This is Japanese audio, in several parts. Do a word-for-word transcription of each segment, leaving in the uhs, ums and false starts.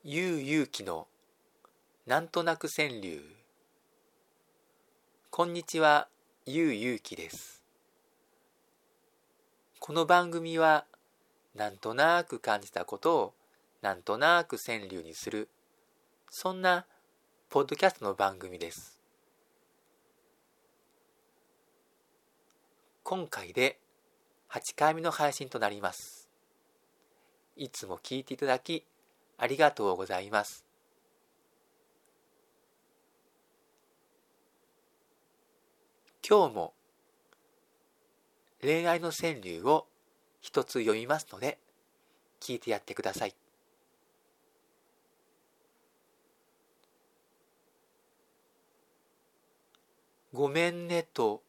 ゆうゆうきのなんとなく川柳。こんにちは、ゆうゆうきです。この番組はなんとなく感じたことをなんとなく川柳にする、そんなポッドキャストの番組です。今回ではちかいめの配信となります。いつも聞いていただきありがとうございます。今日も恋愛の川柳を一つ読みますので聞いてやってください。ごめんねと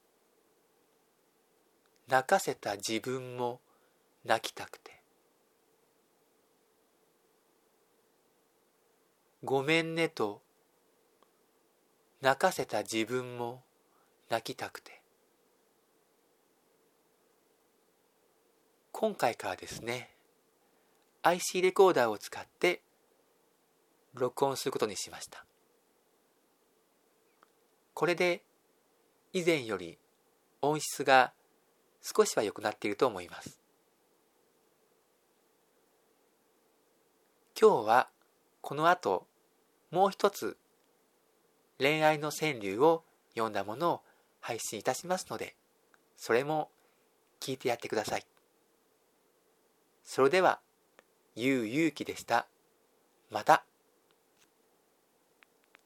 泣かせた自分も泣きたくて。ごめんねと泣かせた自分も泣きたくて。今回からですね、アイシー レコーダーを使って録音することにしました。これで以前より音質が少しは良くなっていると思います。今日はこの後もう一つ恋愛の川柳を読んだものを配信いたしますので、それも聞いてやってください。それでは、ゆうゆうきでした。また。